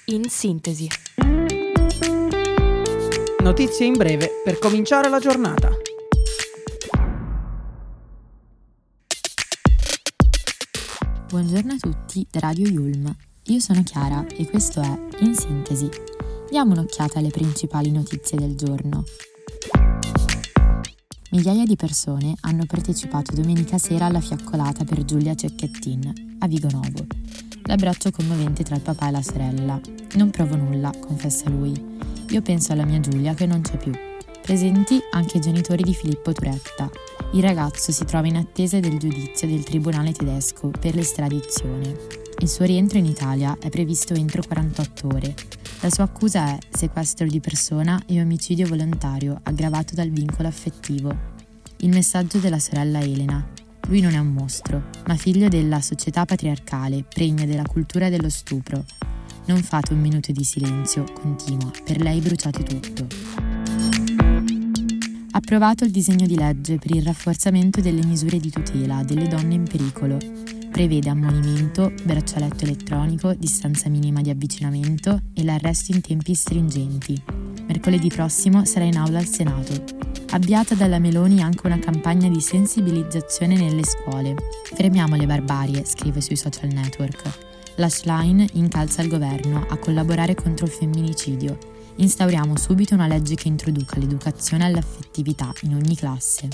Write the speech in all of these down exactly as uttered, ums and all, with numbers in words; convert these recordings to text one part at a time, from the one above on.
In sintesi. Notizie in breve per cominciare la giornata. Buongiorno a tutti da Radio Yulm. Io sono Chiara e questo è In Sintesi. Diamo un'occhiata alle principali notizie del giorno. Migliaia di persone hanno partecipato domenica sera alla fiaccolata per Giulia Cecchettin a Vigonovo. L'abbraccio commovente tra il papà e la sorella. Non provo nulla, confessa lui. Io penso alla mia Giulia che non c'è più. Presenti anche i genitori di Filippo Turetta. Il ragazzo si trova in attesa del giudizio del tribunale tedesco per l'estradizione. Il suo rientro in Italia è previsto entro quarantotto ore. La sua accusa è sequestro di persona e omicidio volontario aggravato dal vincolo affettivo. Il messaggio della sorella Elena. Lui non è un mostro, ma figlio della società patriarcale, pregna della cultura dello stupro. Non fate un minuto di silenzio, continua, per lei bruciate tutto. Approvato il disegno di legge per il rafforzamento delle misure di tutela delle donne in pericolo. Prevede ammonimento, braccialetto elettronico, distanza minima di avvicinamento e l'arresto in tempi stringenti. Mercoledì prossimo sarà in aula al Senato. Avviata dalla Meloni anche una campagna di sensibilizzazione nelle scuole. Fermiamo le barbarie, scrive sui social network. L'Ashline incalza il governo a collaborare contro il femminicidio. Instauriamo subito una legge che introduca l'educazione all'affettività in ogni classe.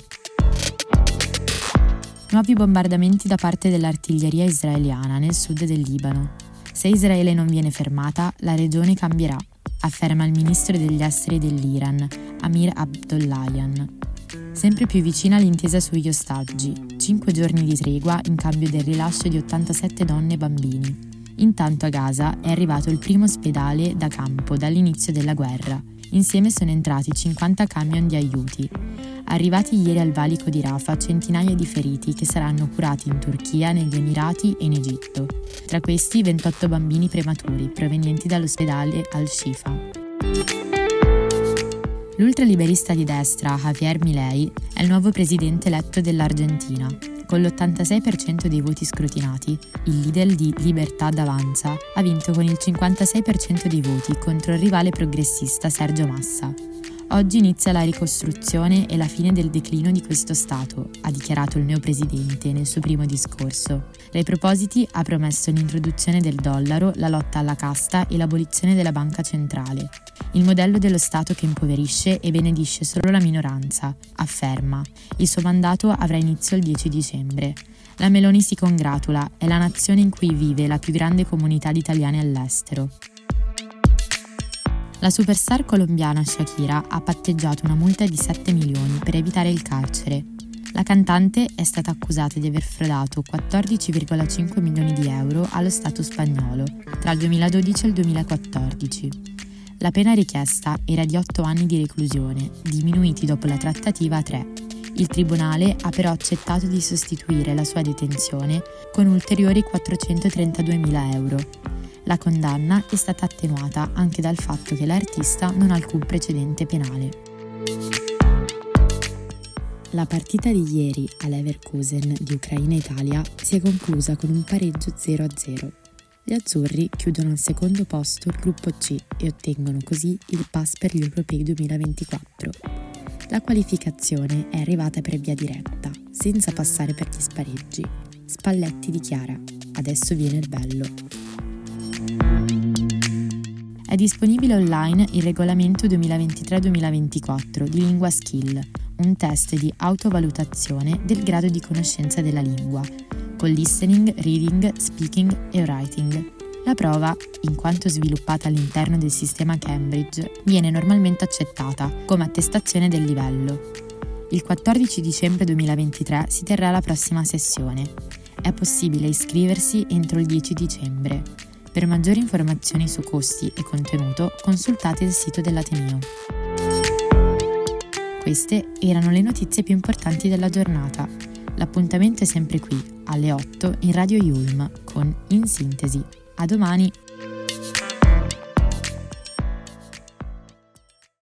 Nuovi bombardamenti da parte dell'artiglieria israeliana nel sud del Libano. Se Israele non viene fermata, la regione cambierà, afferma il ministro degli esteri dell'Iran, Amir Abdollahian. Sempre più vicina l'intesa sugli ostaggi, cinque giorni di tregua in cambio del rilascio di ottantasette donne e bambini. Intanto a Gaza è arrivato il primo ospedale da campo dall'inizio della guerra. Insieme sono entrati cinquanta camion di aiuti. Arrivati ieri al valico di Rafah centinaia di feriti che saranno curati in Turchia, negli Emirati e in Egitto. Tra questi ventotto bambini prematuri provenienti dall'ospedale Al-Shifa. L'ultraliberista di destra Javier Milei è il nuovo presidente eletto dell'Argentina. Con l'ottantasei per cento dei voti scrutinati, il leader di Libertad Avanza ha vinto con il cinquantasei per cento dei voti contro il rivale progressista Sergio Massa. Oggi inizia la ricostruzione e la fine del declino di questo Stato, ha dichiarato il neopresidente nel suo primo discorso. Tra i propositi ha promesso l'introduzione del dollaro, la lotta alla casta e l'abolizione della banca centrale. Il modello dello Stato che impoverisce e benedisce solo la minoranza, afferma. Il suo mandato avrà inizio il dieci dicembre. La Meloni si congratula, è la nazione in cui vive la più grande comunità di italiani all'estero. La superstar colombiana Shakira ha patteggiato una multa di sette milioni per evitare il carcere. La cantante è stata accusata di aver frodato quattordici virgola cinque milioni di euro allo Stato spagnolo tra il duemiladodici e il duemilaquattordici. La pena richiesta era di otto anni di reclusione, diminuiti dopo la trattativa a tre. Il tribunale ha però accettato di sostituire la sua detenzione con ulteriori quattrocentotrentaduemila euro. La condanna è stata attenuata anche dal fatto che l'artista non ha alcun precedente penale. La partita di ieri all'Leverkusen di Ucraina-Italia si è conclusa con un pareggio zero a zero. Gli azzurri chiudono al secondo posto il gruppo C e ottengono così il pass per gli europei duemilaventiquattro. La qualificazione è arrivata per via diretta, senza passare per gli spareggi. Spalletti dichiara: adesso viene il bello. È disponibile online il regolamento duemilaventitré duemilaventiquattro di Lingua Skill, un test di autovalutazione del grado di conoscenza della lingua, con listening, reading, speaking e writing. La prova, in quanto sviluppata all'interno del sistema Cambridge, viene normalmente accettata come attestazione del livello. Il quattordici dicembre duemilaventitré si terrà la prossima sessione. È possibile iscriversi entro il dieci dicembre. Per maggiori informazioni su costi e contenuto, consultate il sito dell'Ateneo. Queste erano le notizie più importanti della giornata. L'appuntamento è sempre qui, alle otto, in Radio Yulm, con In Sintesi. A domani!